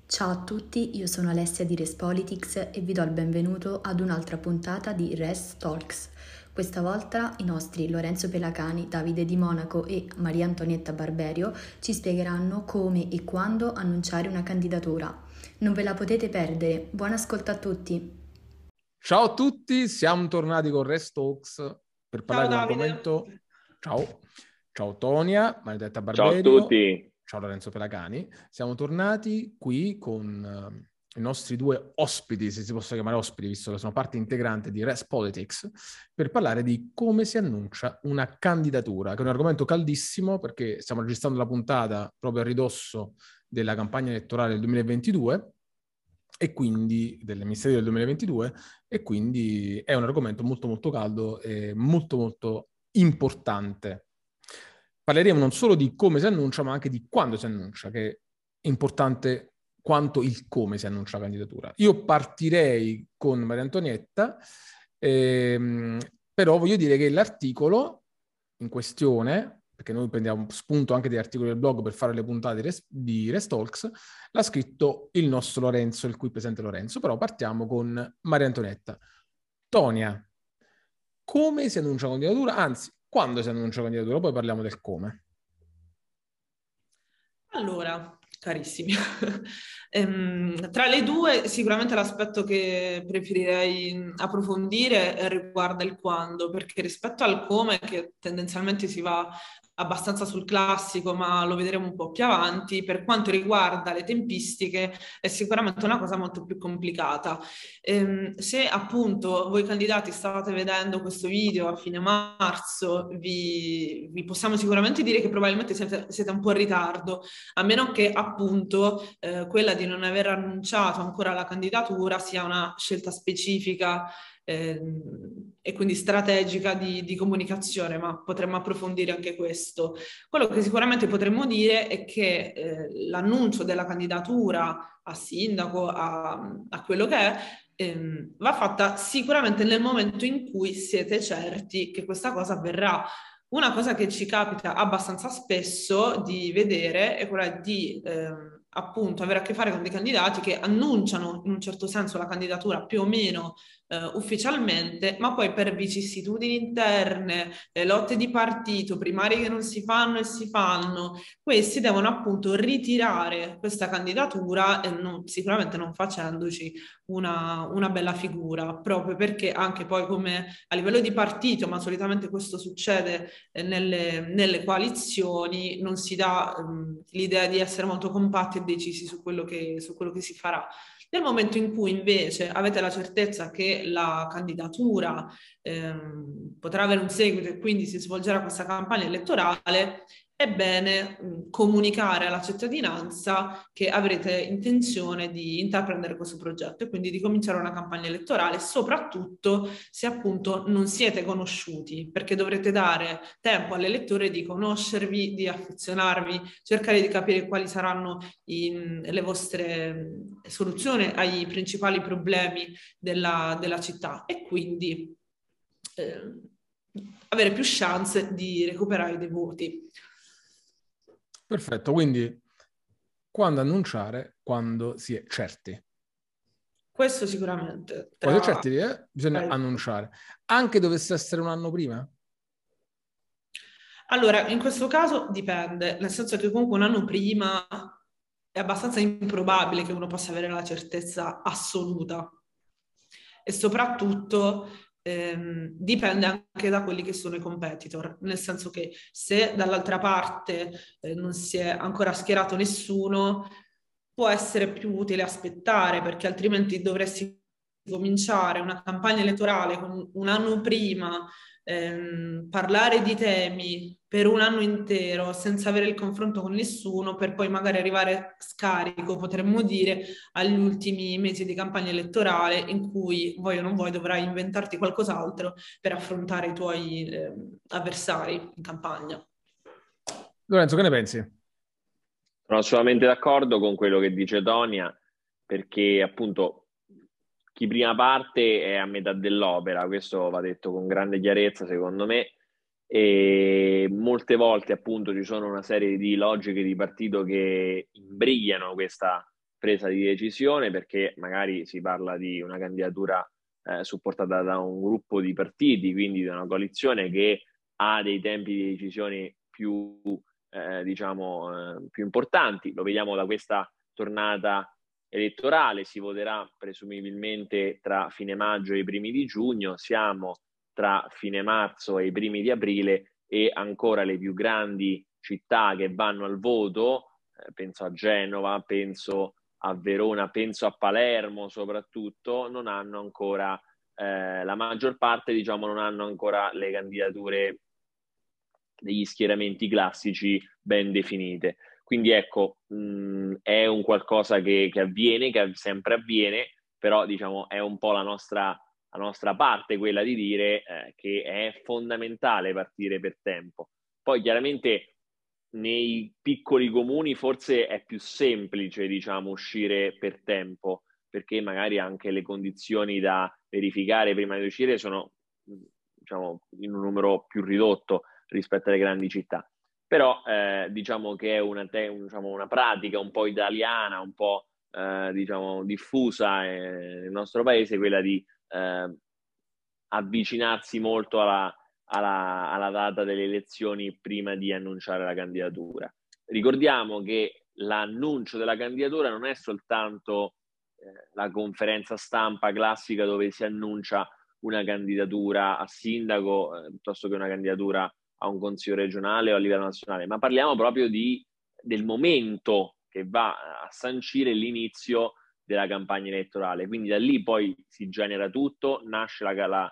Ciao a tutti, io sono Alessia di Respolitics e vi do il benvenuto ad un'altra puntata di Res Talks. Questa volta i nostri Lorenzo Pelacani, Davide Di Monaco e Maria Antonietta Barberio ci spiegheranno come e quando annunciare una candidatura. Non ve la potete perdere, buon ascolto a tutti! Ciao a tutti, siamo tornati con Rest Talks per Ciao parlare di un Davide. argomento. Ciao, ciao Tonia, Maledetta Ciao a Barberio, tutti. ciao Lorenzo Pelacani. Siamo tornati qui con i nostri due ospiti, se si possono chiamare ospiti, visto che sono parte integrante di Rest Politics, per parlare di come si annuncia una candidatura, che è un argomento caldissimo perché stiamo registrando la puntata proprio a ridosso della campagna elettorale del 2022 e quindi del Ministero del 2022, e quindi è un argomento molto molto caldo e molto molto importante. Parleremo non solo di come si annuncia, ma anche di quando si annuncia, che è importante quanto il come si annuncia la candidatura. Io partirei con Maria Antonietta, però voglio dire che l'articolo in questione, perché noi prendiamo spunto anche degli articoli del blog per fare le puntate di Restalks, l'ha scritto il nostro Lorenzo, il qui presente Lorenzo, però partiamo con Maria Antonietta. Tonia, come si annuncia la candidatura? Anzi, quando si annuncia la candidatura? Poi parliamo del come. Allora, carissimi, tra le due sicuramente l'aspetto che preferirei approfondire riguarda il quando, perché rispetto al come, che tendenzialmente si va abbastanza sul classico, ma lo vedremo un po' più avanti, per quanto riguarda le tempistiche è sicuramente una cosa molto più complicata. Se appunto voi candidati stavate vedendo questo video a fine marzo, vi possiamo sicuramente dire che probabilmente siete un po' in ritardo, a meno che appunto quella di non aver annunciato ancora la candidatura sia una scelta specifica e quindi strategica di comunicazione, ma potremmo approfondire anche questo. Quello che sicuramente potremmo dire è che l'annuncio della candidatura a sindaco, a quello che è, va fatta sicuramente nel momento in cui siete certi che questa cosa avverrà. Una cosa che ci capita abbastanza spesso di vedere è quella di appunto avere a che fare con dei candidati che annunciano in un certo senso la candidatura più o meno ufficialmente, ma poi per vicissitudini interne, lotte di partito, primarie che non si fanno e si fanno, questi devono appunto ritirare questa candidatura e sicuramente non facendoci una bella figura, proprio perché anche poi come a livello di partito, ma solitamente questo succede nelle coalizioni, non si dà l'idea di essere molto compatti e decisi su quello che si farà. Nel momento in cui invece avete la certezza che la candidatura potrà avere un seguito e quindi si svolgerà questa campagna elettorale, è bene comunicare alla cittadinanza che avrete intenzione di intraprendere questo progetto e quindi di cominciare una campagna elettorale, soprattutto se appunto non siete conosciuti, perché dovrete dare tempo all'elettore di conoscervi, di affezionarvi, cercare di capire quali saranno le vostre soluzioni ai principali problemi della città e quindi avere più chance di recuperare dei voti. Perfetto, quindi quando annunciare? Quando si è certi. Questo sicuramente. Quando si è certi, bisogna annunciare. Anche dovesse essere un anno prima? Allora, in questo caso dipende, nel senso che comunque un anno prima è abbastanza improbabile che uno possa avere la certezza assoluta e soprattutto dipende anche da quelli che sono i competitor, nel senso che se dall'altra parte non si è ancora schierato nessuno, può essere più utile aspettare, perché altrimenti dovresti cominciare una campagna elettorale con un anno prima, parlare di temi per un anno intero senza avere il confronto con nessuno, per poi magari arrivare scarico, potremmo dire, agli ultimi mesi di campagna elettorale in cui vuoi o non vuoi dovrai inventarti qualcos'altro per affrontare i tuoi avversari in campagna. Lorenzo, che ne pensi? Sono assolutamente d'accordo con quello che dice Tonia, perché appunto chi prima parte è a metà dell'opera, questo va detto con grande chiarezza secondo me, e molte volte appunto ci sono una serie di logiche di partito che imbrigliano questa presa di decisione, perché magari si parla di una candidatura supportata da un gruppo di partiti, quindi da una coalizione che ha dei tempi di decisione più, più importanti. Lo vediamo da questa tornata elettorale, si voterà presumibilmente tra fine maggio e i primi di giugno, siamo tra fine marzo e i primi di aprile e ancora le più grandi città che vanno al voto, penso a Genova, penso a Verona, penso a Palermo soprattutto, non hanno ancora, la maggior parte non hanno ancora le candidature degli schieramenti classici ben definite. Quindi ecco, è un qualcosa che avviene, che sempre avviene, però è un po' la nostra parte quella di dire che è fondamentale partire per tempo. Poi chiaramente nei piccoli comuni forse è più semplice uscire per tempo, perché magari anche le condizioni da verificare prima di uscire sono in un numero più ridotto rispetto alle grandi città. Però che è una pratica un po' italiana, un po' diffusa nel nostro paese, quella di avvicinarsi molto alla data delle elezioni prima di annunciare la candidatura. Ricordiamo che l'annuncio della candidatura non è soltanto la conferenza stampa classica dove si annuncia una candidatura a sindaco piuttosto che una candidatura a un consiglio regionale o a livello nazionale, ma parliamo proprio del momento che va a sancire l'inizio della campagna elettorale. Quindi da lì poi si genera tutto, nasce la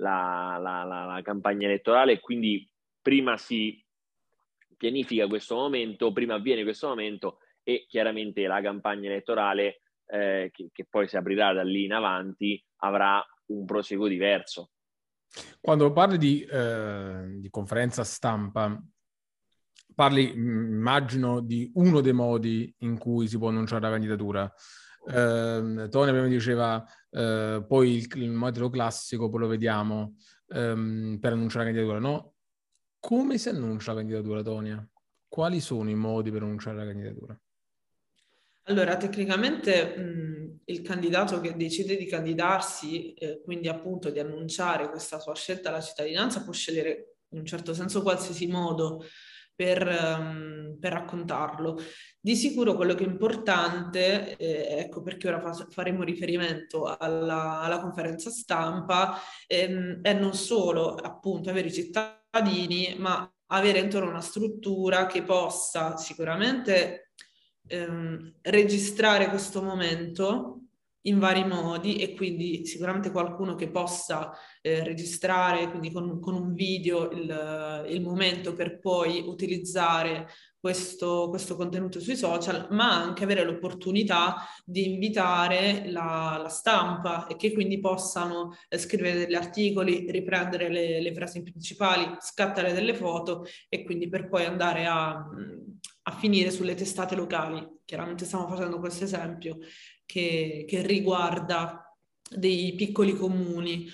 campagna elettorale e quindi prima si pianifica questo momento, prima avviene questo momento e chiaramente la campagna elettorale che poi si aprirà da lì in avanti avrà un proseguo diverso. Quando parli di conferenza stampa, parli, immagino, di uno dei modi in cui si può annunciare la candidatura. Tony prima diceva poi il metodo classico, poi lo vediamo, per annunciare la candidatura, no? Come si annuncia la candidatura, Tonia? Quali sono i modi per annunciare la candidatura? Allora, tecnicamente il candidato che decide di candidarsi, quindi appunto di annunciare questa sua scelta alla cittadinanza, può scegliere in un certo senso qualsiasi modo per raccontarlo. Di sicuro quello che è importante, ecco perché ora faremo riferimento alla conferenza stampa, è non solo appunto avere i cittadini, ma avere intorno una struttura che possa sicuramente registrare questo momento in vari modi e quindi sicuramente qualcuno che possa registrare quindi con un video il momento per poi utilizzare questo contenuto sui social, ma anche avere l'opportunità di invitare la stampa e che quindi possano scrivere degli articoli, riprendere le frasi principali, scattare delle foto e quindi per poi andare a finire sulle testate locali. Chiaramente stiamo facendo questo esempio che riguarda dei piccoli comuni.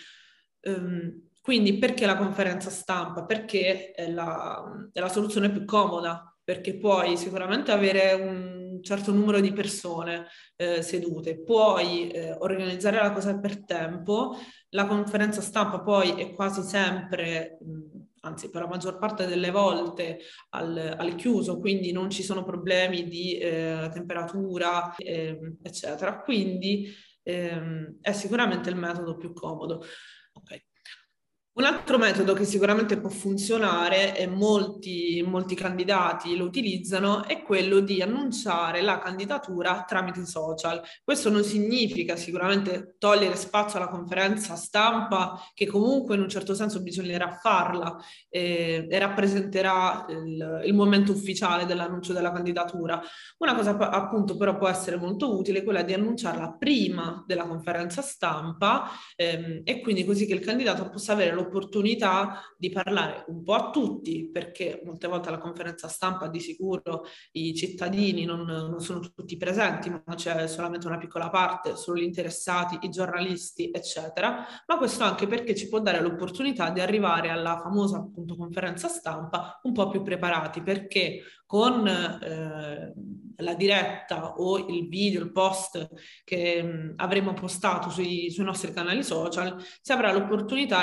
Quindi perché la conferenza stampa? Perché è la soluzione più comoda, perché puoi sicuramente avere un certo numero di persone sedute, puoi organizzare la cosa per tempo. La conferenza stampa poi è quasi sempre, anzi per la maggior parte delle volte, al chiuso, quindi non ci sono problemi di temperatura, eccetera. Quindi è sicuramente il metodo più comodo. Okay. Un altro metodo che sicuramente può funzionare e molti candidati lo utilizzano è quello di annunciare la candidatura tramite social. Questo non significa sicuramente togliere spazio alla conferenza stampa, che comunque in un certo senso bisognerà farla e rappresenterà il momento ufficiale dell'annuncio della candidatura. Una cosa appunto però può essere molto utile è quella di annunciarla prima della conferenza stampa e quindi così che il candidato possa avere l'opportunità di parlare un po' a tutti, perché molte volte alla conferenza stampa di sicuro i cittadini non sono tutti presenti, ma c'è solamente una piccola parte, solo gli interessati, i giornalisti, eccetera, ma questo anche perché ci può dare l'opportunità di arrivare alla famosa appunto conferenza stampa un po' più preparati, perché con la diretta o il video, il post che avremo postato sui nostri canali social, si avrà l'opportunità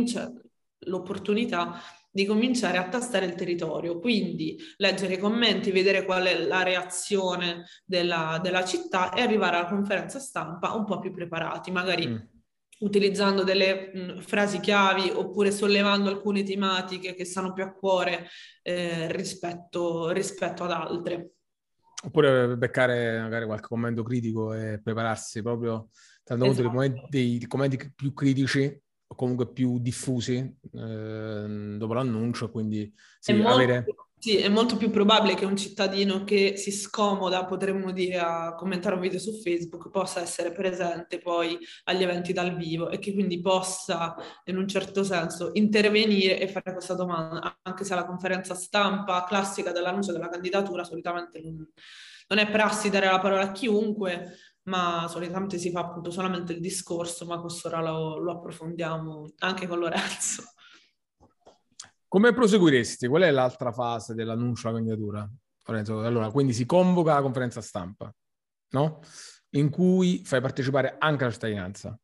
di cominciare a tastare il territorio, quindi leggere i commenti, vedere qual è la reazione della città e arrivare alla conferenza stampa un po' più preparati, magari utilizzando delle frasi chiavi oppure sollevando alcune tematiche che stanno più a cuore rispetto ad altre. Oppure beccare magari qualche commento critico e prepararsi proprio, tenendo conto dei commenti più critici o comunque più diffusi dopo l'annuncio, quindi sì, è molto più probabile che un cittadino che si scomoda, potremmo dire, a commentare un video su Facebook possa essere presente poi agli eventi dal vivo e che quindi possa in un certo senso intervenire e fare questa domanda, anche se alla conferenza stampa classica dell'annuncio della candidatura solitamente non è prassi dare la parola a chiunque, ma solitamente si fa appunto solamente il discorso, ma quest'ora lo approfondiamo anche con Lorenzo. Come proseguiresti? Qual è l'altra fase dell'annuncio della candidatura? Lorenzo, allora, quindi si convoca la conferenza stampa, no? In cui fai partecipare anche la cittadinanza.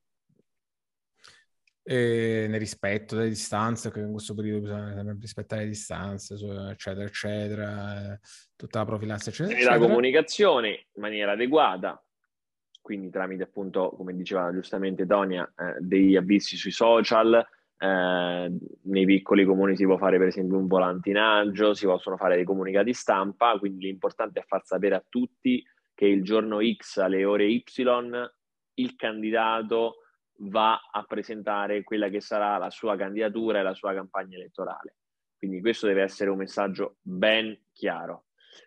Nel rispetto delle distanze, che in questo periodo bisogna sempre rispettare le distanze, eccetera, eccetera, tutta la profilassi, eccetera, eccetera. La comunicazione in maniera adeguata, quindi tramite appunto, come diceva giustamente Tonia, degli avvisi sui social. Nei piccoli comuni si può fare per esempio un volantinaggio, si possono fare dei comunicati stampa, quindi l'importante è far sapere a tutti che il giorno X alle ore Y il candidato va a presentare quella che sarà la sua candidatura e la sua campagna elettorale. Quindi questo deve essere un messaggio ben chiaro.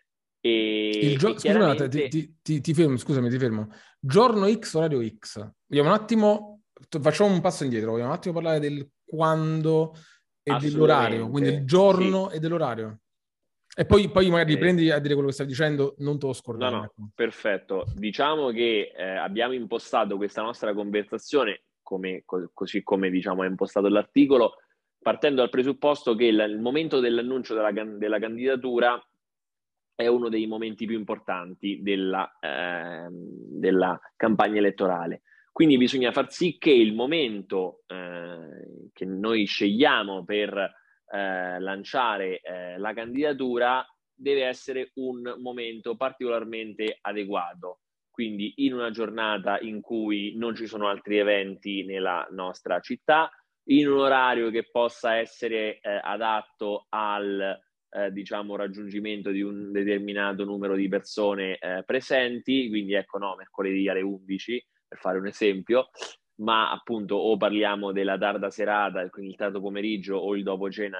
Scusami, ti fermo. Giorno X, orario X. Vogliamo un attimo, facciamo un passo indietro, vogliamo un attimo parlare del quando e dell'orario, quindi il giorno e dell'orario. E poi magari riprendi a dire quello che stai dicendo, non te lo scordare. No, perfetto. Diciamo che abbiamo impostato questa nostra conversazione, così come diciamo è impostato l'articolo, partendo dal presupposto che il momento dell'annuncio della candidatura è uno dei momenti più importanti della campagna elettorale. Quindi bisogna far sì che il momento che noi scegliamo per lanciare la candidatura deve essere un momento particolarmente adeguato. Quindi in una giornata in cui non ci sono altri eventi nella nostra città, in un orario che possa essere adatto al diciamo raggiungimento di un determinato numero di persone presenti, quindi ecco mercoledì alle 11 per fare un esempio, ma appunto o parliamo della tarda serata, quindi il tardo pomeriggio o il dopo cena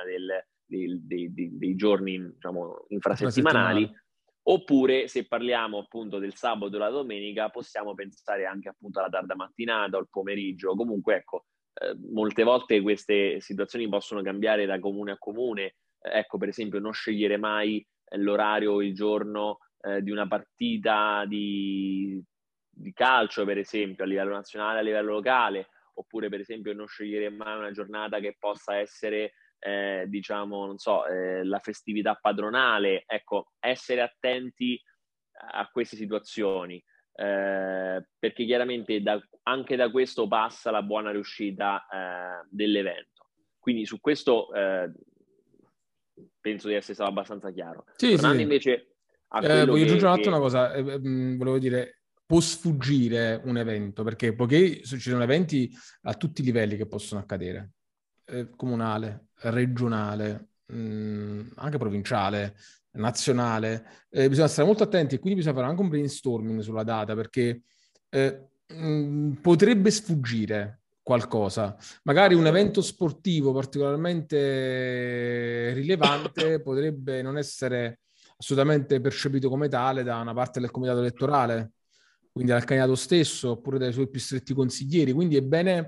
dei giorni diciamo infrasettimanali, oppure se parliamo appunto del sabato o la domenica possiamo pensare anche appunto alla tarda mattinata o il pomeriggio. Comunque ecco, molte volte queste situazioni possono cambiare da comune a comune. Ecco, per esempio, non scegliere mai l'orario o il giorno di una partita di calcio, per esempio, a livello nazionale, a livello locale, oppure per esempio non scegliere mai una giornata che possa essere, diciamo, non so, la festività padronale. Ecco, essere attenti a queste situazioni, perché chiaramente anche da questo passa la buona riuscita dell'evento. Quindi su questo penso di essere stato abbastanza chiaro. Tornando invece a quello voglio aggiungere un attimo una cosa, volevo dire, può sfuggire un evento, perché poiché ci sono eventi a tutti i livelli che possono accadere, comunale, regionale, anche provinciale, nazionale, bisogna stare molto attenti e quindi bisogna fare anche un brainstorming sulla data, perché potrebbe sfuggire qualcosa. Magari un evento sportivo particolarmente rilevante potrebbe non essere assolutamente percepito come tale da una parte del comitato elettorale, quindi dal candidato stesso, oppure dai suoi più stretti consiglieri. Quindi è bene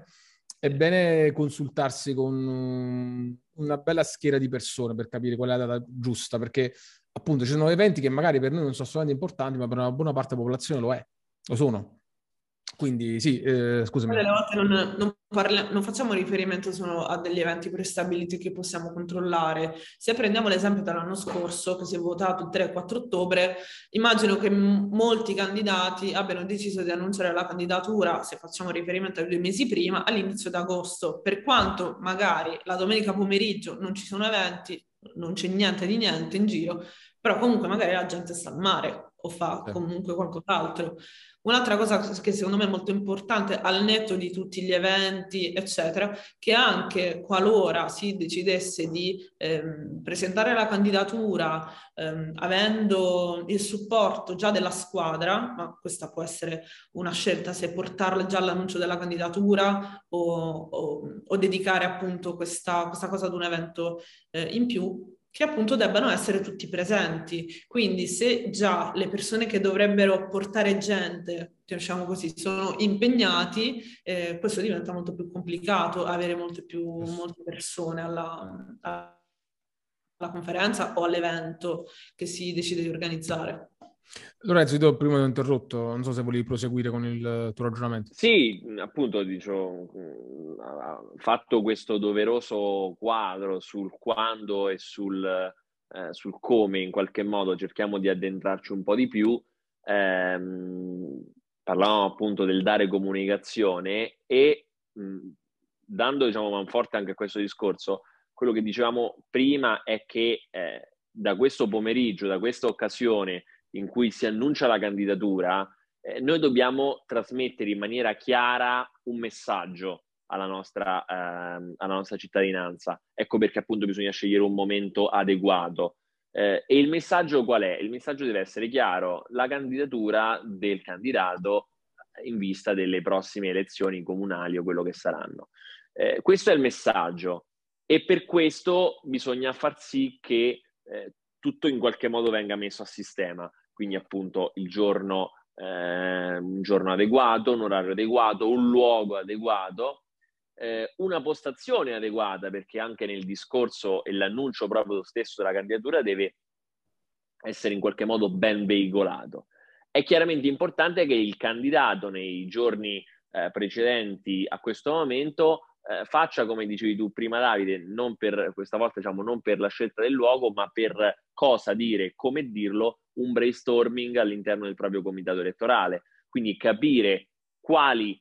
consultarsi con una bella schiera di persone per capire qual è la data giusta, perché appunto ci sono eventi che magari per noi non sono assolutamente importanti, ma per una buona parte della popolazione lo sono. Quindi sì, scusami. Delle volte non facciamo riferimento solo a degli eventi prestabiliti che possiamo controllare. Se prendiamo l'esempio dell'anno scorso, che si è votato il 3-4 ottobre, immagino che molti candidati abbiano deciso di annunciare la candidatura, se facciamo riferimento ai 2 mesi prima, all'inizio d'agosto. Per quanto magari la domenica pomeriggio non ci sono eventi, non c'è niente di niente in giro, però comunque magari la gente sta al mare o fa comunque qualcos'altro. Un'altra cosa che secondo me è molto importante, al netto di tutti gli eventi, eccetera, che anche qualora si decidesse di presentare la candidatura avendo il supporto già della squadra, ma questa può essere una scelta se portarla già all'annuncio della candidatura o dedicare appunto questa cosa ad un evento in più, che appunto debbano essere tutti presenti. Quindi se già le persone che dovrebbero portare gente, diciamo così, sono impegnati, questo diventa molto più complicato, avere molte persone alla conferenza o all'evento che si decide di organizzare. Lorenzo, io prima ti ho interrotto, non so se volevi proseguire con il tuo ragionamento. Sì, appunto, fatto questo doveroso quadro sul quando e sul come, in qualche modo cerchiamo di addentrarci un po' di più. Parlavamo appunto del dare comunicazione e dando, diciamo, manforte anche a questo discorso, quello che dicevamo prima è che da questo pomeriggio, da questa occasione in cui si annuncia la candidatura, noi dobbiamo trasmettere in maniera chiara un messaggio alla nostra cittadinanza. Ecco perché appunto bisogna scegliere un momento adeguato. E il messaggio qual è? Il messaggio deve essere chiaro: la candidatura del candidato in vista delle prossime elezioni comunali o quello che saranno. Questo è il messaggio e per questo bisogna far sì che tutto in qualche modo venga messo a sistema. Quindi appunto un giorno adeguato, un orario adeguato, un luogo adeguato, una postazione adeguata, perché anche nel discorso e l'annuncio proprio stesso della candidatura deve essere in qualche modo ben veicolato. È chiaramente importante che il candidato nei giorni precedenti a questo momento faccia, come dicevi tu prima Davide, non per questa volta, diciamo, non per la scelta del luogo, ma per cosa dire, come dirlo, un brainstorming all'interno del proprio comitato elettorale. Quindi capire quali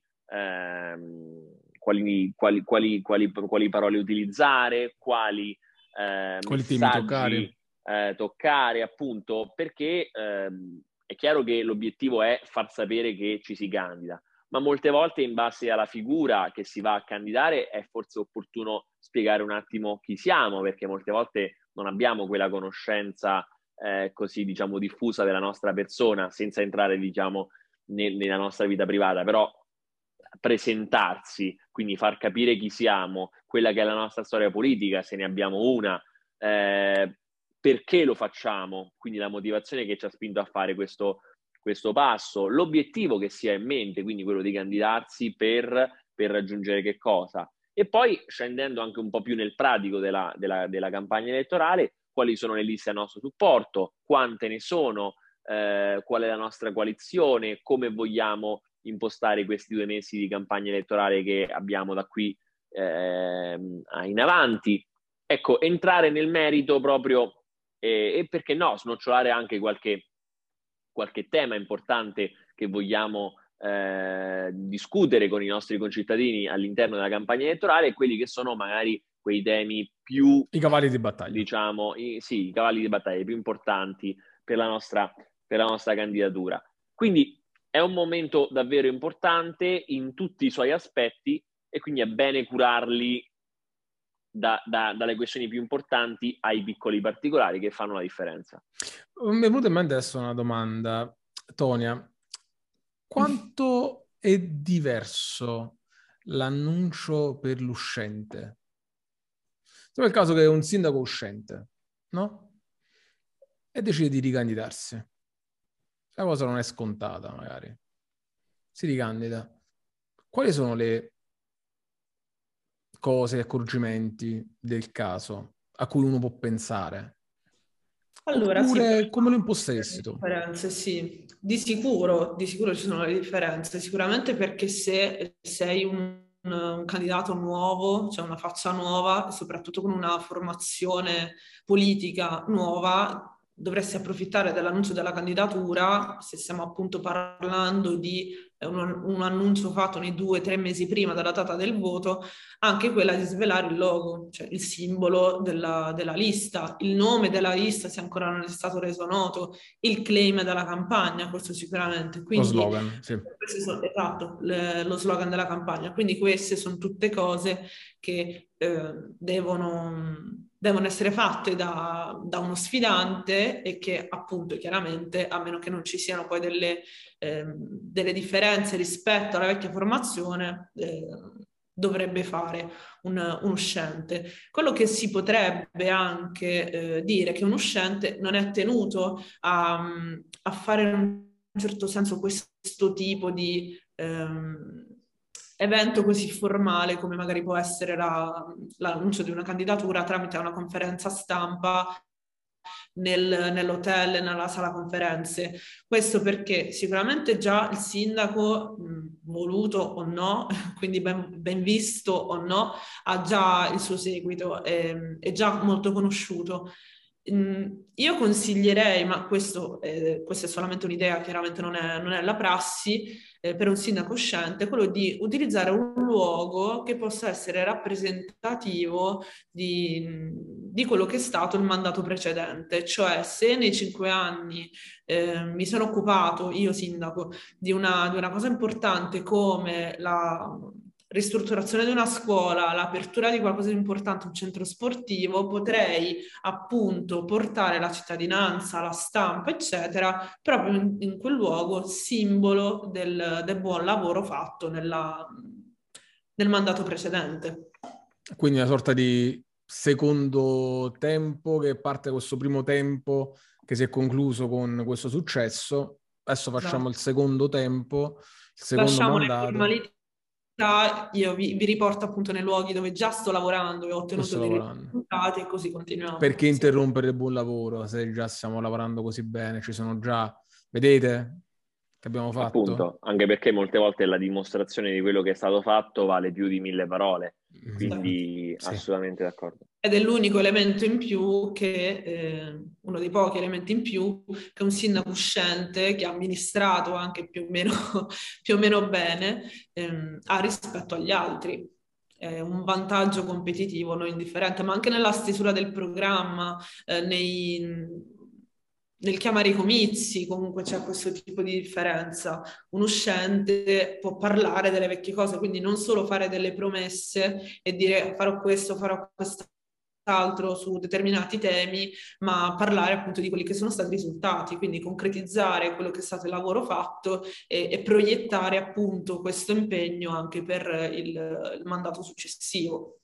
parole utilizzare, quali messaggi toccare, appunto, perché è chiaro che l'obiettivo è far sapere che ci si candida, ma molte volte in base alla figura che si va a candidare è forse opportuno spiegare un attimo chi siamo, perché molte volte non abbiamo quella conoscenza così, diciamo, diffusa della nostra persona, senza entrare, diciamo, nella nostra vita privata, però presentarsi, quindi far capire chi siamo, quella che è la nostra storia politica, se ne abbiamo una, perché lo facciamo, quindi la motivazione che ci ha spinto a fare questo passo, l'obiettivo che si ha in mente, quindi quello di candidarsi per raggiungere che cosa. E poi scendendo anche un po' più nel pratico della campagna elettorale, quali sono le liste a nostro supporto, quante ne sono, qual è la nostra coalizione, come vogliamo impostare questi 2 mesi di campagna elettorale che abbiamo da qui in avanti. Ecco, entrare nel merito proprio e perché no, snocciolare anche qualche tema importante che vogliamo discutere con i nostri concittadini all'interno della campagna elettorale, quelli che sono magari quei temi più... I cavalli di battaglia. Diciamo, i cavalli di battaglia più importanti per la nostra candidatura. Quindi è un momento davvero importante in tutti i suoi aspetti e quindi è bene curarli dalle questioni più importanti ai piccoli particolari che fanno la differenza. Mi è venuta in mente adesso una domanda, Tonia. Quanto è diverso l'annuncio per l'uscente? È il caso che è un sindaco uscente, no? E decide di ricandidarsi. La cosa non è scontata, magari. Si ricandida. Quali sono le cose, accorgimenti del caso a cui uno può pensare Allora, Oppure come lo imposteresti tu? differenze, sì, di sicuro ci sono le differenze, sicuramente perché se sei un candidato nuovo, cioè una faccia nuova, e soprattutto con una formazione politica nuova, dovresti approfittare dell'annuncio della candidatura, se stiamo appunto parlando di un annuncio fatto nei 2 o 3 mesi prima della data del voto, anche quella di svelare il logo, cioè il simbolo della lista, il nome della lista se ancora non è stato reso noto, il claim della campagna, questo sicuramente. Lo Quindi, slogan, sì. esatto, lo slogan della campagna. Quindi queste sono tutte cose che devono essere fatte da uno sfidante e che appunto chiaramente, a meno che non ci siano poi delle differenze rispetto alla vecchia formazione, dovrebbe fare un uscente. Quello che si potrebbe anche dire che un uscente non è tenuto a fare in un certo senso questo tipo di evento così formale come magari può essere l'annuncio di una candidatura tramite una conferenza stampa nell'hotel, nella sala conferenze. Questo perché sicuramente già il sindaco, voluto o no, quindi ben visto o no, ha già il suo seguito, è già molto conosciuto. Io consiglierei, ma questa è solamente un'idea, chiaramente non è la prassi, per un sindaco uscente, quello di utilizzare un luogo che possa essere rappresentativo di quello che è stato il mandato precedente. Cioè, se nei 5 anni mi sono occupato, io sindaco, di una cosa importante come la ristrutturazione di una scuola, l'apertura di qualcosa di importante, un centro sportivo, potrei appunto portare la cittadinanza, la stampa, eccetera, proprio in quel luogo simbolo del buon lavoro fatto nel mandato precedente. Quindi una sorta di secondo tempo che parte da questo primo tempo che si è concluso con questo successo. Adesso facciamo Esatto. il secondo tempo, il secondo Lasciamo le mandato. formalità, io vi riporto appunto nei luoghi dove già sto lavorando e ho ottenuto dei risultati e così continuiamo. Perché interrompere il buon lavoro se già stiamo lavorando così bene? Ci sono già, vedete che abbiamo fatto? Appunto, anche perché molte volte la dimostrazione di quello che è stato fatto vale più di 1000 parole, quindi sì. assolutamente d'accordo. Ed è l'unico elemento in più uno dei pochi elementi in più che un sindaco uscente che ha amministrato anche più o meno bene ha rispetto agli altri. È un vantaggio competitivo non indifferente, ma anche nella stesura del programma, nel chiamare i comizi, comunque c'è questo tipo di differenza. Un uscente può parlare delle vecchie cose, quindi non solo fare delle promesse e dire farò questo, farò quest'altro su determinati temi, ma parlare appunto di quelli che sono stati i risultati, quindi concretizzare quello che è stato il lavoro fatto e proiettare appunto questo impegno anche per il mandato successivo.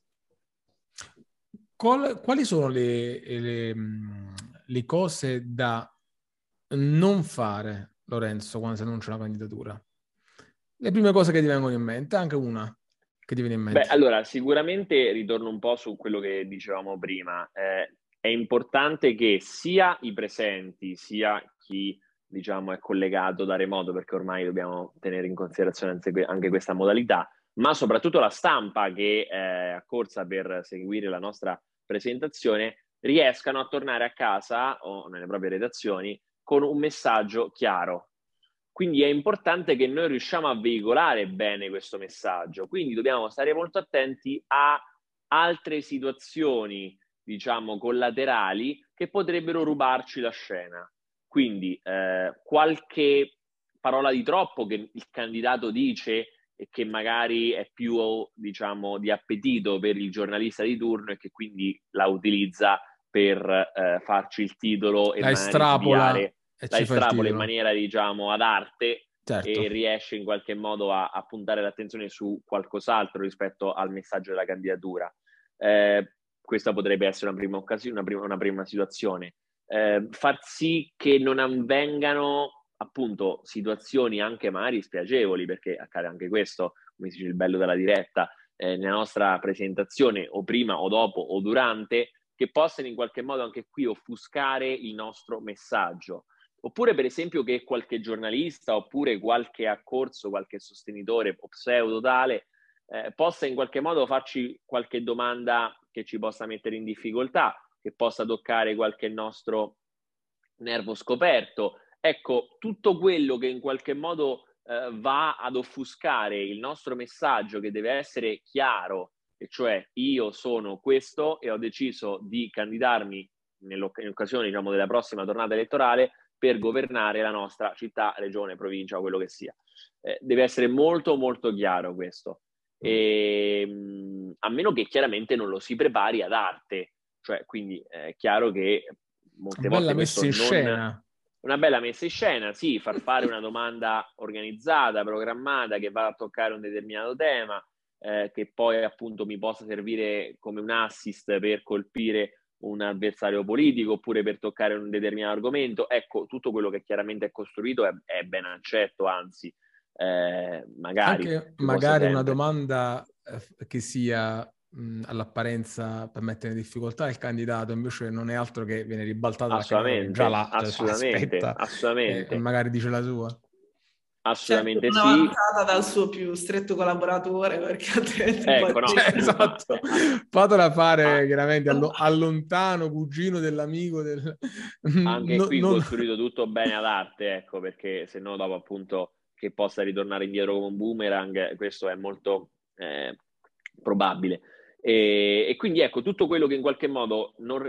Quali sono le cose da non fare, Lorenzo, quando si annuncia una candidatura? Le prime cose che ti vengono in mente, anche una che ti viene in mente. Beh, allora, sicuramente ritorno un po' su quello che dicevamo prima. È importante che sia i presenti, sia chi, diciamo, è collegato da remoto, perché ormai dobbiamo tenere in considerazione anche questa modalità, ma soprattutto la stampa che è accorsa per seguire la nostra presentazione, riescano a tornare a casa o nelle proprie redazioni con un messaggio chiaro. Quindi è importante che noi riusciamo a veicolare bene questo messaggio, quindi dobbiamo stare molto attenti a altre situazioni, diciamo, collaterali che potrebbero rubarci la scena. Quindi qualche parola di troppo che il candidato dice e che magari è più, diciamo, di appetito per il giornalista di turno e che quindi la utilizza per farci il titolo e la magari estrapola in maniera, diciamo, ad arte, certo. E riesce in qualche modo a puntare l'attenzione su qualcos'altro rispetto al messaggio della candidatura. Questa potrebbe essere una prima occasione, una prima situazione. Far sì che non avvengano appunto situazioni anche magari spiacevoli, perché accade anche questo, come si dice, il bello della diretta, nella nostra presentazione o prima o dopo o durante, che possano in qualche modo anche qui offuscare il nostro messaggio. Oppure per esempio che qualche giornalista oppure qualche accorso, qualche sostenitore o pseudo tale possa in qualche modo farci qualche domanda che ci possa mettere in difficoltà, che possa toccare qualche nostro nervo scoperto. Ecco, tutto quello che in qualche modo va ad offuscare il nostro messaggio, che deve essere chiaro, e cioè io sono questo e ho deciso di candidarmi in occasione, diciamo, della prossima tornata elettorale per governare la nostra città, regione, provincia o quello che sia. Deve essere molto molto chiaro questo. A meno che chiaramente non lo si prepari ad arte, cioè quindi è chiaro che molte volte questo non... Una bella messa in scena, sì, far fare una domanda organizzata, programmata, che va a toccare un determinato tema, che poi appunto mi possa servire come un assist per colpire un avversario politico oppure per toccare un determinato argomento. Ecco, tutto quello che chiaramente è costruito è ben accetto, anzi, magari... Anche magari una domanda che sia all'apparenza per mettere in difficoltà il candidato, invece non è altro che viene ribaltata dal candidato che già là, assolutamente. Magari dice la sua. Assolutamente certo, sì. una avanzata dal suo più stretto collaboratore, perché altrimenti ecco, no, esatto. Fatela fare chiaramente allontano, cugino dell'amico anche qui costruito tutto bene ad arte, ecco, perché se no dopo appunto che possa ritornare indietro come un boomerang, questo è molto probabile. E quindi ecco, tutto quello che in qualche modo non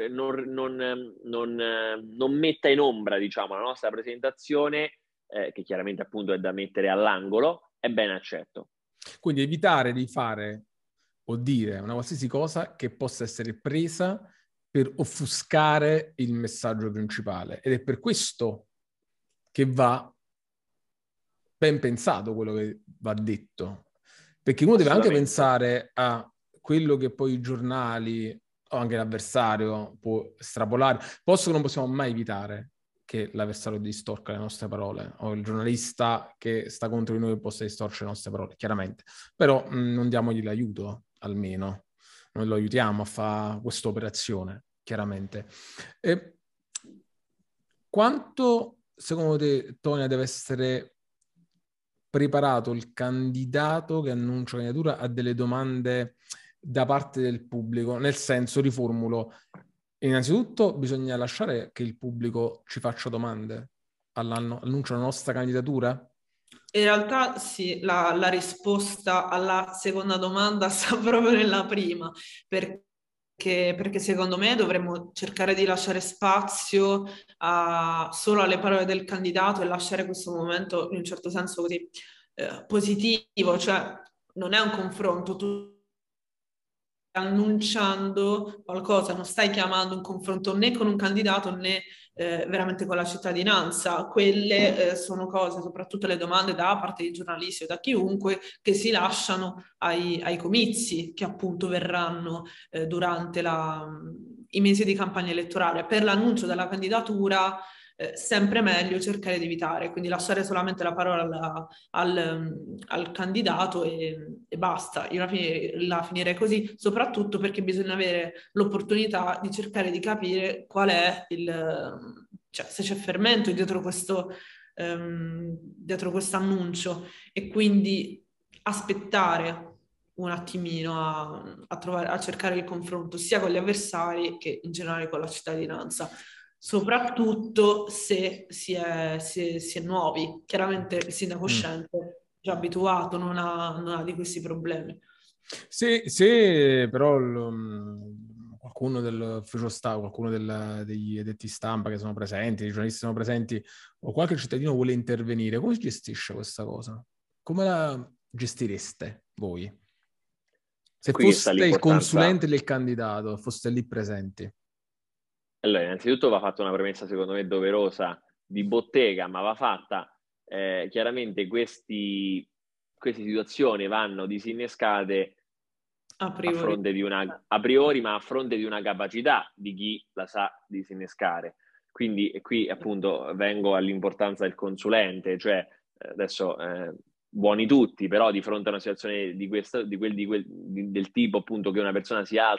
metta in ombra, diciamo, la nostra presentazione, che chiaramente appunto è da mettere all'angolo, è ben accetto. Quindi evitare di fare o dire una qualsiasi cosa che possa essere presa per offuscare il messaggio principale. Ed è per questo che va ben pensato quello che va detto. Perché uno deve anche pensare a quello che poi i giornali o anche l'avversario può estrapolare. Posso che non possiamo mai evitare che l'avversario distorca le nostre parole o il giornalista che sta contro di noi possa distorcere le nostre parole, chiaramente. Però non diamogli l'aiuto, almeno. Noi lo aiutiamo a fare questa operazione, chiaramente. Quanto, secondo te, Tonia, deve essere preparato il candidato che annuncia la candidatura a delle domande da parte del pubblico? Nel senso, riformulo, innanzitutto bisogna lasciare che il pubblico ci faccia domande all'annuncio della nostra candidatura? In realtà sì, la risposta alla seconda domanda sta proprio nella prima, perché secondo me dovremmo cercare di lasciare spazio solo alle parole del candidato e lasciare questo momento in un certo senso così positivo, cioè non è un confronto, tu stai annunciando qualcosa, non stai chiamando un confronto né con un candidato né veramente con la cittadinanza. Quelle sono cose, soprattutto le domande da parte dei giornalisti o da chiunque, che si lasciano ai comizi che appunto verranno durante i mesi di campagna elettorale. Per l'annuncio della candidatura sempre meglio cercare di evitare, quindi lasciare solamente la parola al candidato e basta. Io la finirei così, soprattutto perché bisogna avere l'opportunità di cercare di capire qual è cioè se c'è fermento dietro questo annuncio, e quindi aspettare un attimino a cercare il confronto sia con gli avversari che in generale con la cittadinanza, soprattutto se si è nuovi. Chiaramente il sindaco uscente, già abituato, non ha di questi problemi. Se però qualcuno dell'ufficio stampa, qualcuno degli addetti stampa che sono presenti, i giornalisti sono presenti, o qualche cittadino vuole intervenire, come si gestisce questa cosa? Come la gestireste voi? Se foste il consulente del candidato, foste lì presenti. Allora, innanzitutto va fatta una premessa, secondo me, doverosa, di bottega, ma va fatta. Chiaramente queste situazioni vanno disinnescate a fronte di ma a fronte di una capacità di chi la sa disinnescare. Quindi e qui appunto vengo all'importanza del consulente, cioè adesso buoni tutti, però di fronte a una situazione del tipo appunto che una persona si alza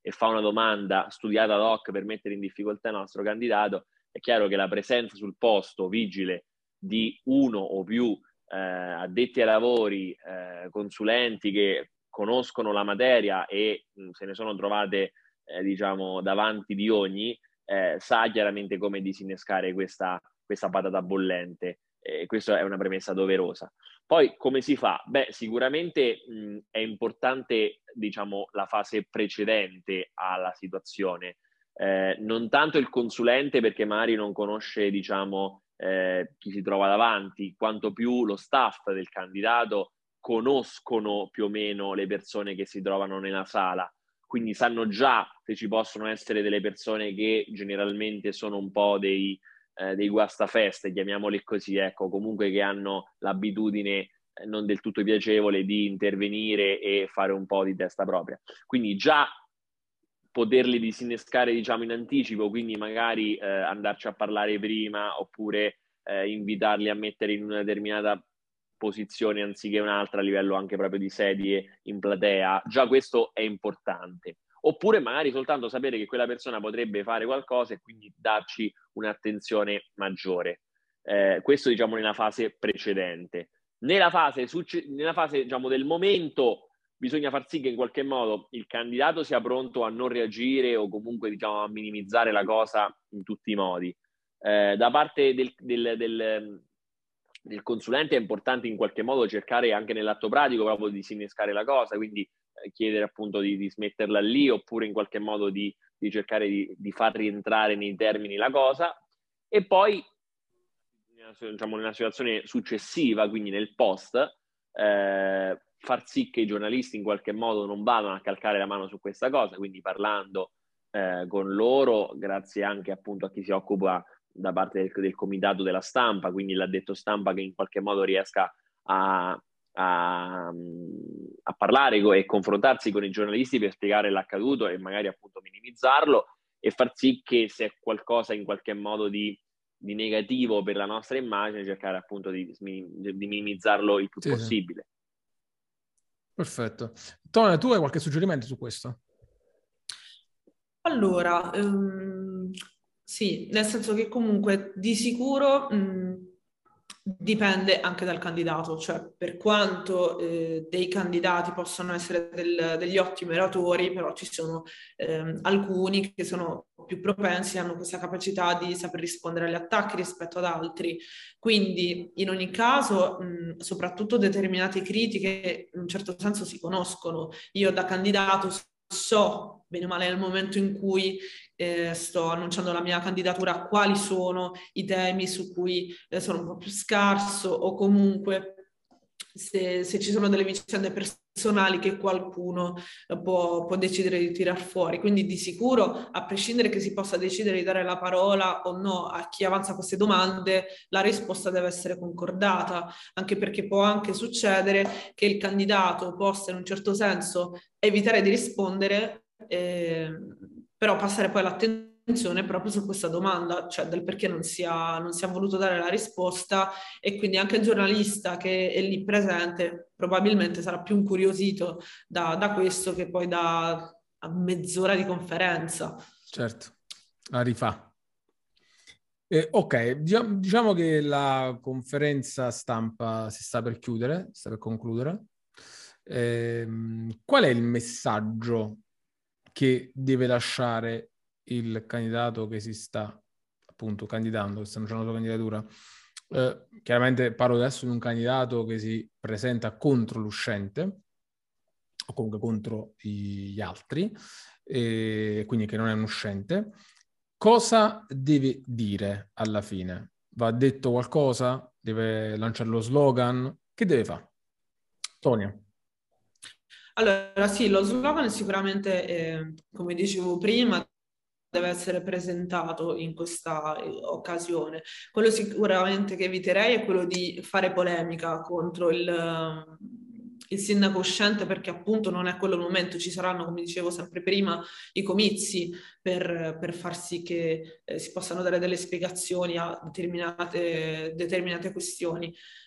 e fa una domanda studiata ad hoc per mettere in difficoltà il nostro candidato, è chiaro che la presenza sul posto vigile di uno o più addetti ai lavori, consulenti che conoscono la materia e se ne sono trovate diciamo davanti di ogni, sa chiaramente come disinnescare questa patata bollente. Questa è una premessa doverosa. Poi come si fa? Beh, sicuramente è importante, diciamo, la fase precedente alla situazione. Non tanto il consulente, perché magari non conosce, diciamo, chi si trova davanti, quanto più lo staff del candidato conoscono più o meno le persone che si trovano nella sala, quindi sanno già se ci possono essere delle persone che generalmente sono un po' dei guastafeste, chiamiamoli così, ecco, comunque che hanno l'abitudine non del tutto piacevole di intervenire e fare un po' di testa propria. Quindi già poterli disinnescare, diciamo, in anticipo, quindi magari andarci a parlare prima oppure invitarli a mettere in una determinata posizione anziché un'altra a livello anche proprio di sedie in platea, già questo è importante. Oppure magari soltanto sapere che quella persona potrebbe fare qualcosa e quindi darci un'attenzione maggiore. Questo, diciamo, nella fase precedente. Nella fase diciamo, del momento bisogna far sì che in qualche modo il candidato sia pronto a non reagire o comunque, diciamo, a minimizzare la cosa in tutti i modi. Da parte del consulente è importante in qualche modo cercare anche nell'atto pratico proprio di disinnescare la cosa, quindi chiedere appunto di smetterla lì oppure in qualche modo di cercare di far rientrare nei termini la cosa. E poi, diciamo, nella situazione successiva, quindi nel post, far sì che i giornalisti in qualche modo non vadano a calcare la mano su questa cosa, quindi parlando con loro, grazie anche appunto a chi si occupa da parte del comitato della stampa, quindi l'addetto stampa che in qualche modo riesca a parlare e confrontarsi con i giornalisti per spiegare l'accaduto e magari appunto minimizzarlo e far sì che se è qualcosa in qualche modo di negativo per la nostra immagine, cercare appunto di minimizzarlo il più possibile. Perfetto. Tone, tu hai qualche suggerimento su questo? Allora, sì, nel senso che comunque di sicuro dipende anche dal candidato, cioè per quanto dei candidati possono essere degli ottimi oratori, però ci sono alcuni che sono più propensi, hanno questa capacità di saper rispondere agli attacchi rispetto ad altri. Quindi in ogni caso, soprattutto determinate critiche in un certo senso si conoscono. Io da candidato so bene o male nel momento in cui sto annunciando la mia candidatura quali sono i temi su cui sono un po' più scarso o comunque se ci sono delle vicende personali che qualcuno può decidere di tirar fuori. Quindi di sicuro, a prescindere che si possa decidere di dare la parola o no a chi avanza queste domande, la risposta deve essere concordata, anche perché può anche succedere che il candidato possa in un certo senso evitare di rispondere, però passare poi all'attenzione proprio su questa domanda, cioè del perché non si ha voluto dare la risposta, e quindi anche il giornalista che è lì presente probabilmente sarà più incuriosito da questo che poi da mezz'ora di conferenza. Certo, la rifà. Ok, diciamo che la conferenza stampa si sta per chiudere, sta per concludere. Qual è il messaggio che deve lasciare il candidato che si sta appunto candidando, che sta annunciando la sua candidatura? Chiaramente parlo adesso di un candidato che si presenta contro l'uscente o comunque contro gli altri, quindi che non è un uscente. Cosa deve dire alla fine? Va detto qualcosa? Deve lanciare lo slogan? Che deve fare? Tonia. Allora sì, lo slogan sicuramente, come dicevo prima, deve essere presentato in questa occasione. Quello sicuramente che eviterei è quello di fare polemica contro il sindaco uscente, perché appunto non è quello il momento. Ci saranno, come dicevo sempre prima, i comizi per far sì che si possano dare delle spiegazioni a determinate questioni.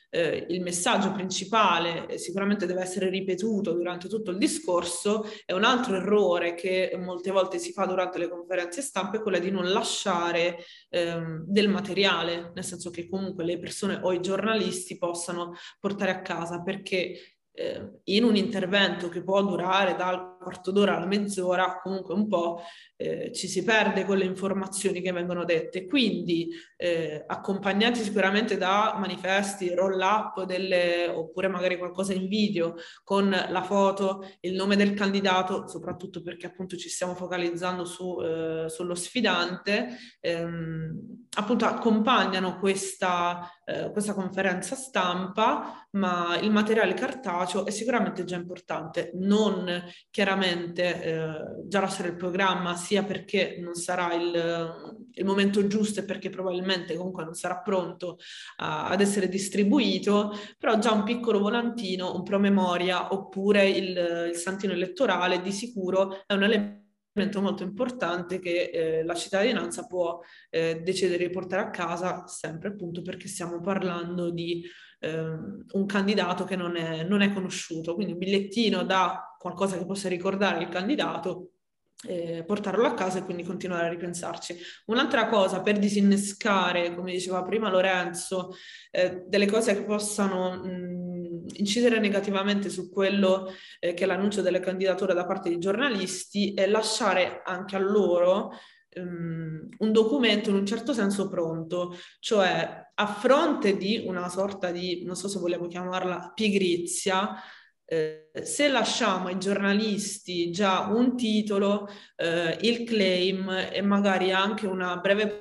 il messaggio principale sicuramente deve essere ripetuto durante tutto il discorso, e un altro errore che molte volte si fa durante le conferenze stampa è quella di non lasciare del materiale, nel senso che comunque le persone o i giornalisti possano portare a casa, perché in un intervento che può durare dal quarto d'ora alla mezz'ora, comunque un po' ci si perde con le informazioni che vengono dette. Quindi accompagnati sicuramente da manifesti, roll-up oppure magari qualcosa in video con la foto, il nome del candidato, soprattutto perché appunto ci stiamo focalizzando sullo sfidante, appunto accompagnano questa conferenza stampa, ma il materiale cartaceo è sicuramente già importante, non chiaramente già lasciare il programma, sia perché non sarà il momento giusto e perché probabilmente comunque non sarà pronto ad essere distribuito, però già un piccolo volantino, un promemoria oppure il santino elettorale di sicuro è un elemento molto importante che la cittadinanza può decidere di portare a casa, sempre appunto perché stiamo parlando di un candidato che non è conosciuto, quindi un bigliettino da qualcosa che possa ricordare il candidato, portarlo a casa e quindi continuare a ripensarci. Un'altra cosa per disinnescare, come diceva prima Lorenzo, delle cose che possano incidere negativamente su quello che è l'annuncio delle candidature da parte dei giornalisti, è lasciare anche a loro un documento in un certo senso pronto, cioè a fronte di una sorta di, non so se vogliamo chiamarla pigrizia, se lasciamo ai giornalisti già un titolo, il claim e magari anche una breve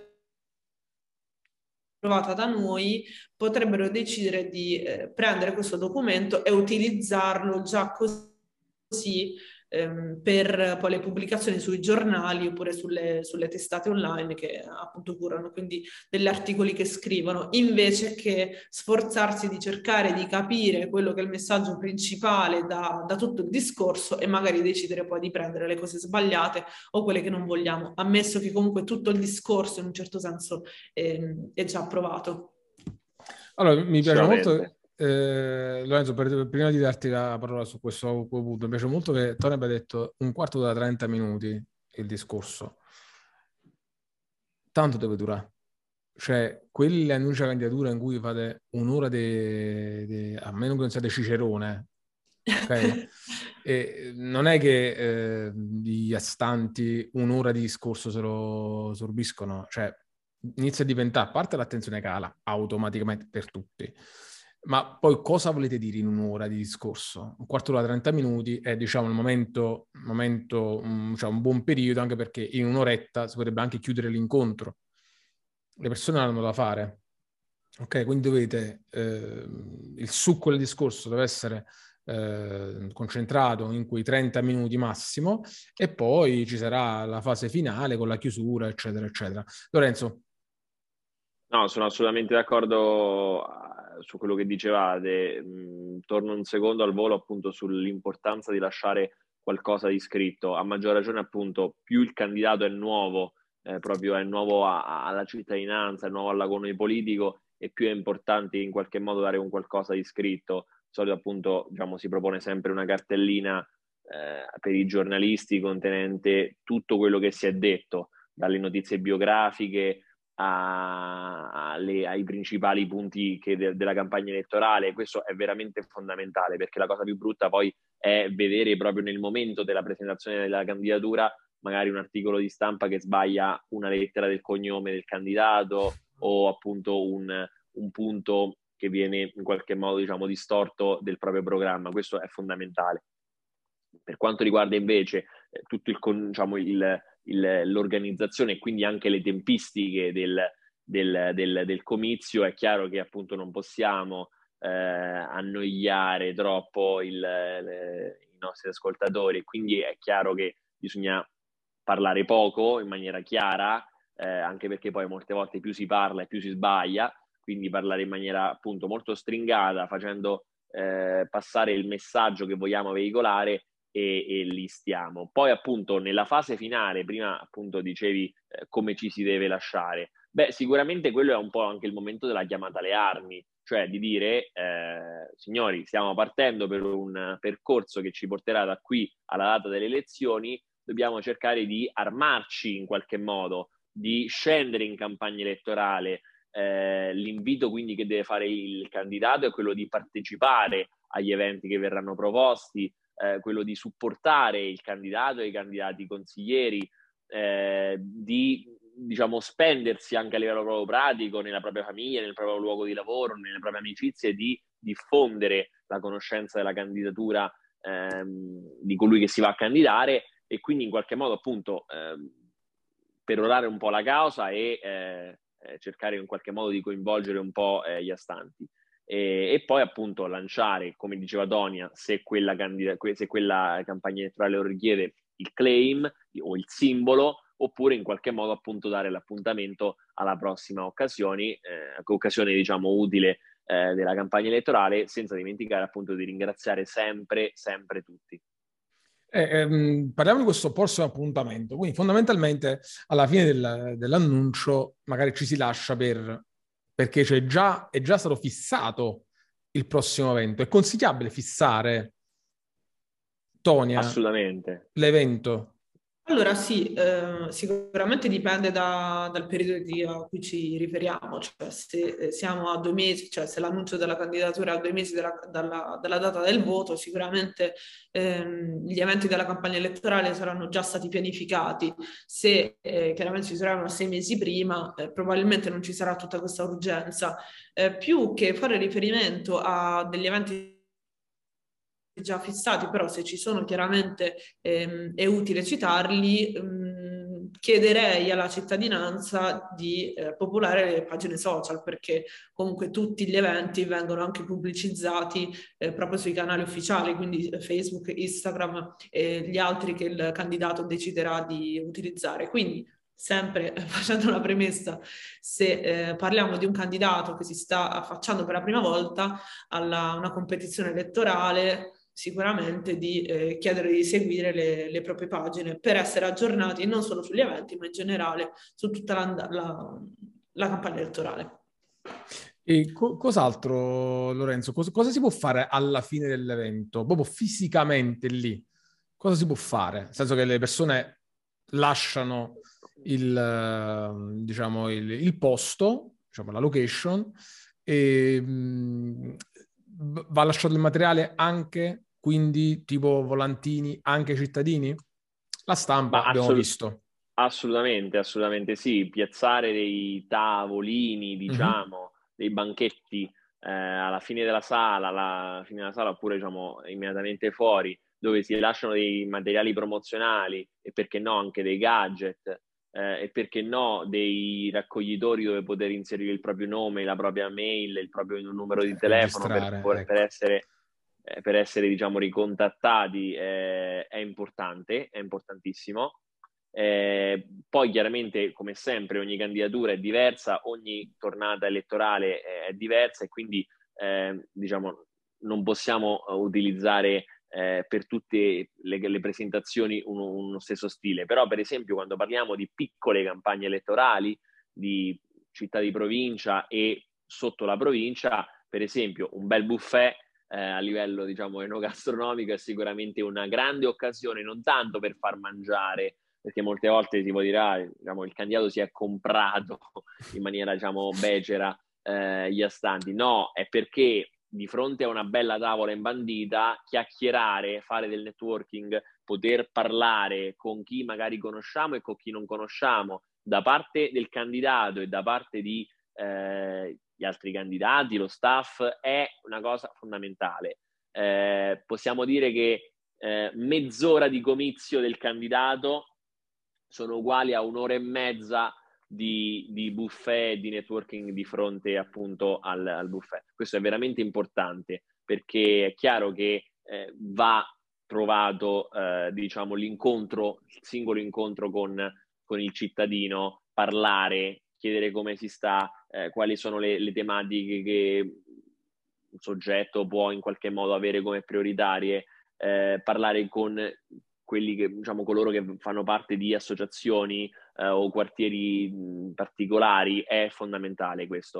provata da noi, potrebbero decidere di prendere questo documento e utilizzarlo già così per poi le pubblicazioni sui giornali oppure sulle testate online che appunto curano, quindi degli articoli che scrivono, invece che sforzarsi di cercare di capire quello che è il messaggio principale da tutto il discorso e magari decidere poi di prendere le cose sbagliate o quelle che non vogliamo, ammesso che comunque tutto il discorso in un certo senso è già approvato. Allora, mi piace molto, Lorenzo, prima di darti la parola su questo punto, mi piace molto che Tony abbia detto un quarto da 30 minuti il discorso. Tanto deve durare. Cioè, quelle annunci a candidatura in cui fate un'ora a meno che non siate Cicerone, ok? E non è che gli astanti un'ora di discorso se lo sorbiscono, cioè inizia a diventare, a parte l'attenzione cala automaticamente per tutti, ma poi cosa volete dire in un'ora di discorso? Un quarto d'ora, 30 minuti è diciamo il momento cioè un buon periodo, anche perché in un'oretta si potrebbe anche chiudere l'incontro. Le persone hanno da fare, ok? Quindi dovete, il succo del discorso deve essere concentrato in quei 30 minuti massimo e poi ci sarà la fase finale con la chiusura, eccetera, eccetera. Lorenzo? No, sono assolutamente d'accordo su quello che dicevate. Torno un secondo al volo appunto sull'importanza di lasciare qualcosa di scritto. A maggior ragione appunto più il candidato è nuovo, proprio è nuovo alla cittadinanza, è nuovo all'agone politico, e più è importante in qualche modo dare un qualcosa di scritto. Di solito appunto diciamo, si propone sempre una cartellina per i giornalisti contenente tutto quello che si è detto, dalle notizie biografiche ai principali punti della campagna elettorale. Questo è veramente fondamentale, perché la cosa più brutta poi è vedere proprio nel momento della presentazione della candidatura magari un articolo di stampa che sbaglia una lettera del cognome del candidato o appunto un punto che viene in qualche modo diciamo distorto del proprio programma. Questo è fondamentale. Per quanto riguarda invece tutto l'organizzazione e quindi anche le tempistiche del comizio, è chiaro che appunto non possiamo annoiare troppo i nostri ascoltatori, quindi è chiaro che bisogna parlare poco in maniera chiara, anche perché poi molte volte più si parla e più si sbaglia, quindi parlare in maniera appunto molto stringata, facendo passare il messaggio che vogliamo veicolare, e lì stiamo. Poi appunto nella fase finale, prima appunto dicevi come ci si deve lasciare. Beh, sicuramente quello è un po' anche il momento della chiamata alle armi, cioè di dire signori, stiamo partendo per un percorso che ci porterà da qui alla data delle elezioni, dobbiamo cercare di armarci in qualche modo, di scendere in campagna elettorale. L'invito quindi che deve fare il candidato è quello di partecipare agli eventi che verranno proposti, quello di supportare il candidato e i candidati consiglieri, di diciamo spendersi anche a livello proprio pratico nella propria famiglia, nel proprio luogo di lavoro, nelle proprie amicizie, di diffondere la conoscenza della candidatura di colui che si va a candidare, e quindi in qualche modo appunto perorare un po' la causa e cercare in qualche modo di coinvolgere un po' gli astanti. E poi appunto lanciare, come diceva Donia, se quella campagna elettorale lo richiede, il claim o il simbolo, oppure in qualche modo appunto dare l'appuntamento alla prossima occasione diciamo utile della campagna elettorale, senza dimenticare appunto di ringraziare sempre tutti. Parliamo di questo prossimo appuntamento, quindi fondamentalmente alla fine dell'annuncio magari ci si lascia perché è già stato fissato il prossimo evento. È consigliabile fissare, Tonia, assolutamente Allora l'evento? sì, sicuramente dipende dal periodo a cui ci riferiamo, cioè se siamo a 2 mesi, cioè se l'annuncio della candidatura è a 2 mesi dalla data del voto, sicuramente gli eventi della campagna elettorale saranno già stati pianificati. Se chiaramente ci saranno 6 mesi prima, probabilmente non ci sarà tutta questa urgenza. Più che fare riferimento a degli eventi già fissati, però se ci sono chiaramente è utile citarli, chiederei alla cittadinanza di popolare le pagine social, perché comunque tutti gli eventi vengono anche pubblicizzati proprio sui canali ufficiali, quindi Facebook, Instagram e gli altri che il candidato deciderà di utilizzare. Quindi sempre facendo una premessa, se parliamo di un candidato che si sta affacciando per la prima volta a una competizione elettorale, sicuramente di chiedere di seguire le proprie pagine per essere aggiornati non solo sugli eventi, ma in generale su tutta la campagna elettorale. E cos'altro, Lorenzo? Cosa si può fare alla fine dell'evento? Proprio fisicamente lì. Cosa si può fare? Nel senso che le persone lasciano diciamo, il posto, diciamo, la location, e va lasciato il materiale anche, quindi tipo volantini, anche ai cittadini? La stampa abbiamo visto. Assolutamente sì, piazzare dei tavolini, diciamo, dei banchetti alla fine della sala, oppure diciamo immediatamente fuori, dove si lasciano dei materiali promozionali e perché no anche dei gadget, e perché no dei raccoglitori dove poter inserire il proprio nome, la propria mail, il proprio numero di telefono Registrare, per essere diciamo ricontattati, è importante, è importantissimo. Poi chiaramente, come sempre, ogni candidatura è diversa, ogni tornata elettorale è diversa, e quindi diciamo non possiamo utilizzare per tutte le presentazioni uno stesso stile. Però per esempio quando parliamo di piccole campagne elettorali, di città di provincia e sotto la provincia, per esempio un bel buffet a livello diciamo enogastronomico è sicuramente una grande occasione, non tanto per far mangiare, perché molte volte si può dire diciamo, il candidato si è comprato in maniera diciamo becera gli astanti. No, è perché di fronte a una bella tavola imbandita, chiacchierare, fare del networking, poter parlare con chi magari conosciamo e con chi non conosciamo, da parte del candidato e da parte di gli altri candidati, lo staff, è una cosa fondamentale. Possiamo dire che mezz'ora di comizio del candidato sono uguali a un'ora e mezza di buffet, di networking di fronte appunto al buffet. Questo è veramente importante, perché è chiaro che va trovato diciamo il singolo incontro con il cittadino, parlare, chiedere come si sta, quali sono le tematiche che un soggetto può in qualche modo avere come prioritarie, parlare con quelli che, diciamo, coloro che fanno parte di associazioni o quartieri particolari, è fondamentale questo.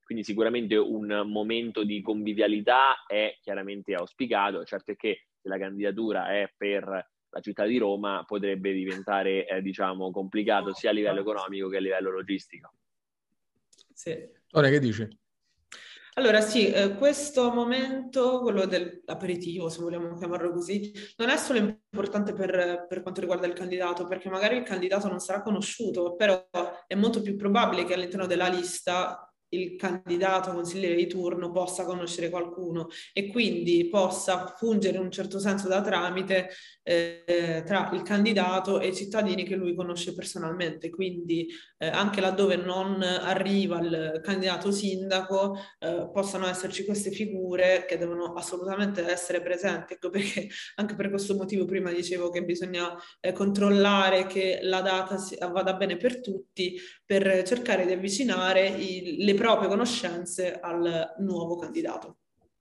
quindi sicuramente un momento di convivialità è chiaramente auspicato. Certo è che se la candidatura è per la città di Roma potrebbe diventare diciamo complicato sia a livello economico che a livello logistico. Sì. Ora che dici? Allora sì, questo momento, quello dell'aperitivo, se vogliamo chiamarlo così, non è solo importante per quanto riguarda il candidato, perché magari il candidato non sarà conosciuto, però è molto più probabile che all'interno della lista il candidato consigliere di turno possa conoscere qualcuno e quindi possa fungere in un certo senso da tramite tra il candidato e i cittadini che lui conosce personalmente. Quindi anche laddove non arriva il candidato sindaco, possano esserci queste figure che devono assolutamente essere presenti. Ecco perché anche per questo motivo prima dicevo che bisogna controllare che la data vada bene per tutti, per cercare di avvicinare le proprie conoscenze al nuovo candidato.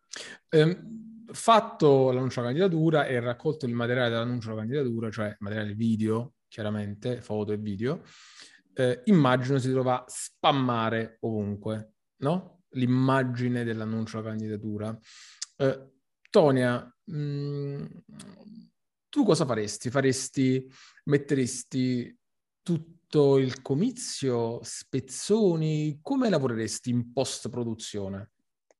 Fatto l'annuncio della candidatura e raccolto il materiale dell'annuncio della candidatura, cioè materiale video, chiaramente, foto e video, immagino si trova a spammare ovunque, no? L'immagine dell'annuncio della candidatura. Tonia, tu cosa faresti? Metteresti tutto il comizio, spezzoni? Come lavoreresti in post-produzione?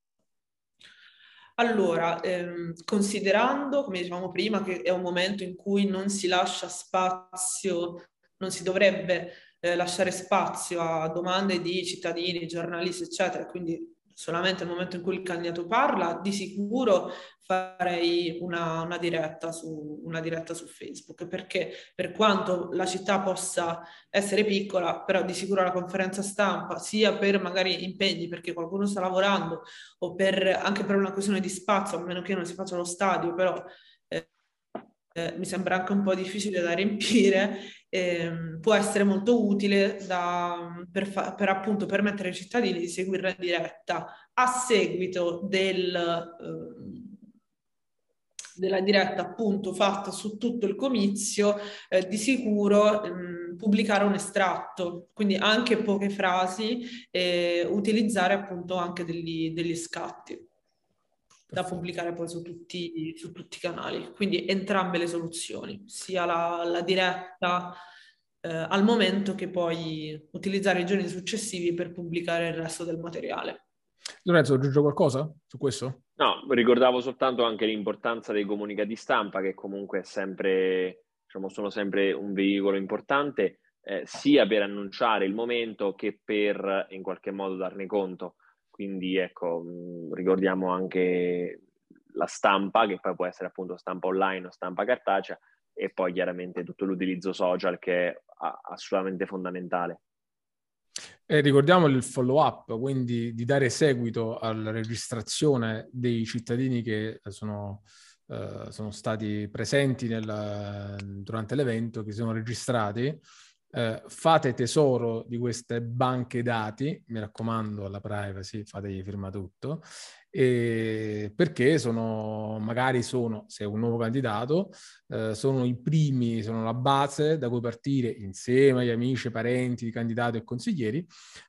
Allora, considerando, come dicevamo prima, che è un momento in cui non si lascia spazio, non si dovrebbe lasciare spazio a domande di cittadini, giornalisti, eccetera, quindi solamente nel momento in cui il candidato parla, di sicuro farei una diretta su Facebook, perché per quanto la città possa essere piccola, però di sicuro la conferenza stampa, sia per magari impegni, perché qualcuno sta lavorando, o anche per una questione di spazio, a meno che non si faccia lo stadio, però mi sembra anche un po' difficile da riempire, può essere molto utile per appunto permettere ai cittadini di seguirla in diretta a seguito della diretta appunto fatta su tutto il comizio, di sicuro pubblicare un estratto, quindi anche poche frasi, utilizzare appunto anche degli scatti da pubblicare poi su tutti i canali. Quindi entrambe le soluzioni, sia la diretta al momento che poi utilizzare i giorni successivi per pubblicare il resto del materiale. Lorenzo, aggiunge qualcosa su questo? No, ricordavo soltanto anche l'importanza dei comunicati stampa, che comunque è sempre, diciamo, sono sempre un veicolo importante, sia per annunciare il momento che per in qualche modo darne conto. Quindi ecco, ricordiamo anche la stampa, che poi può essere appunto stampa online o stampa cartacea, e poi chiaramente tutto l'utilizzo social che è assolutamente fondamentale. Ricordiamo il follow-up, quindi di dare seguito alla registrazione dei cittadini che sono stati presenti durante l'evento, che sono registrati. Fate tesoro di queste banche dati, mi raccomando, alla privacy, fategli firma tutto, perché magari se è un nuovo candidato, sono i primi, sono la base da cui partire insieme agli amici, parenti, candidati e consiglieri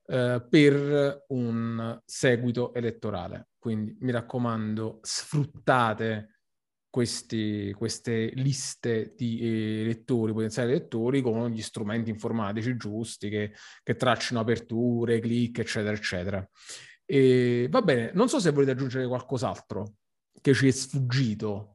per un seguito elettorale. Quindi mi raccomando, sfruttate queste liste di elettori, potenziali elettori, con gli strumenti informatici giusti che tracciano aperture, click, eccetera, eccetera. E va bene, non so se volete aggiungere qualcos'altro che ci è sfuggito.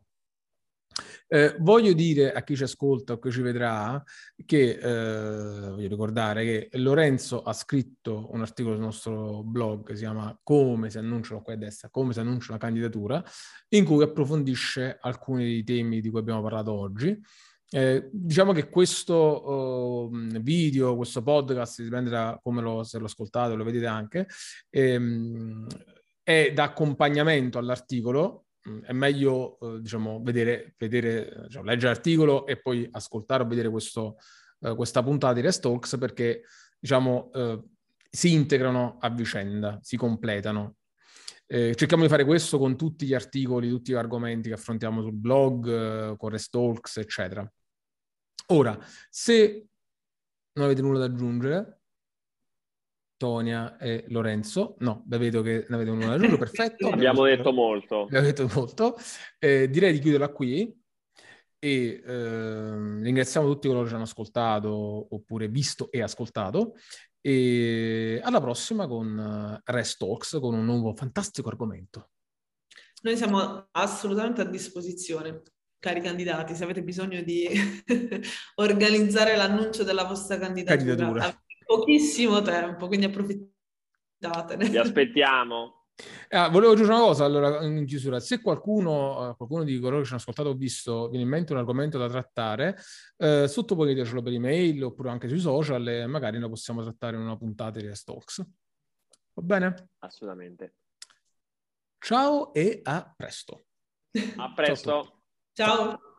Voglio dire a chi ci ascolta o chi ci vedrà che voglio ricordare che Lorenzo ha scritto un articolo sul nostro blog che si chiama Come si annunciano qua a destra, come si annuncia una candidatura, in cui approfondisce alcuni dei temi di cui abbiamo parlato oggi. Diciamo che questo video, questo podcast, dipende da come se lo ascoltate, lo vedete anche, è da accompagnamento all'articolo. È meglio diciamo leggere l'articolo e poi ascoltare o vedere questa puntata di Rest Talks, perché diciamo si integrano a vicenda, si completano. Cerchiamo di fare questo con tutti gli articoli, tutti gli argomenti che affrontiamo sul blog, con Rest Talks, eccetera. Ora, se non avete nulla da aggiungere, Tonia e Lorenzo. No, beh, vedo che ne avete uno raggiunto, perfetto. Abbiamo detto molto. Abbiamo detto molto. Direi di chiuderla qui e ringraziamo tutti coloro che ci hanno ascoltato oppure visto e ascoltato. E alla prossima con Rest Talks, con un nuovo fantastico argomento. Noi siamo assolutamente a disposizione, cari candidati, se avete bisogno di organizzare l'annuncio della vostra candidatura. Avete pochissimo tempo, quindi approfittatene. Vi aspettiamo. Volevo aggiungere una cosa allora in chiusura. Se qualcuno di coloro che ci hanno ascoltato o visto viene in mente un argomento da trattare, sottoponetecelo per email oppure anche sui social e magari lo possiamo trattare in una puntata di Rest Talks. Va bene? Assolutamente. Ciao e a presto. A presto. Ciao.